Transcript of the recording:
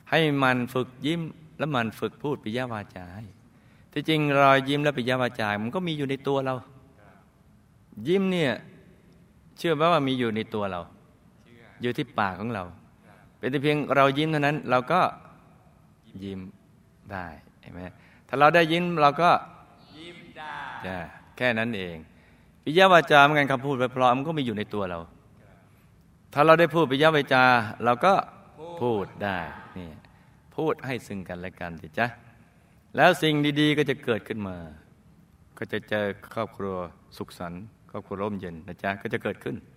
ให้มันฝึกยิ้มแล้วมันฝึกพูดปิยวาจาที่จริงรอยยิ้มและปิยวาจามันก็มีอยู่ในตัวเรายิ้มเนี่ยเชื่อไหมว่ามีอยู่ในตัวเราอยู่ที่ปากของเราเป็นแต่เพียงเรายิ้มเท่านั้นเราก็ยิ้มได้เห็นไหมถ้าเราได้ยิ้มเราก็ยิ้มได้แค่นั้นเองปิยวาจาเหมือนกันคำพูดเพราะมันก็มีอยู่ในตัวเราถ้าเราได้พูดปิยวาจาเราก็พูดได้นี่พูดให้ซึ่งกันและกันสิจ๊ะแล้วสิ่งดีๆก็จะเกิดขึ้นมาก็จะเจอครอบครัวสุขสันต์ครอบครัวร่มเย็นนะจ๊ะก็จะเกิดขึ้น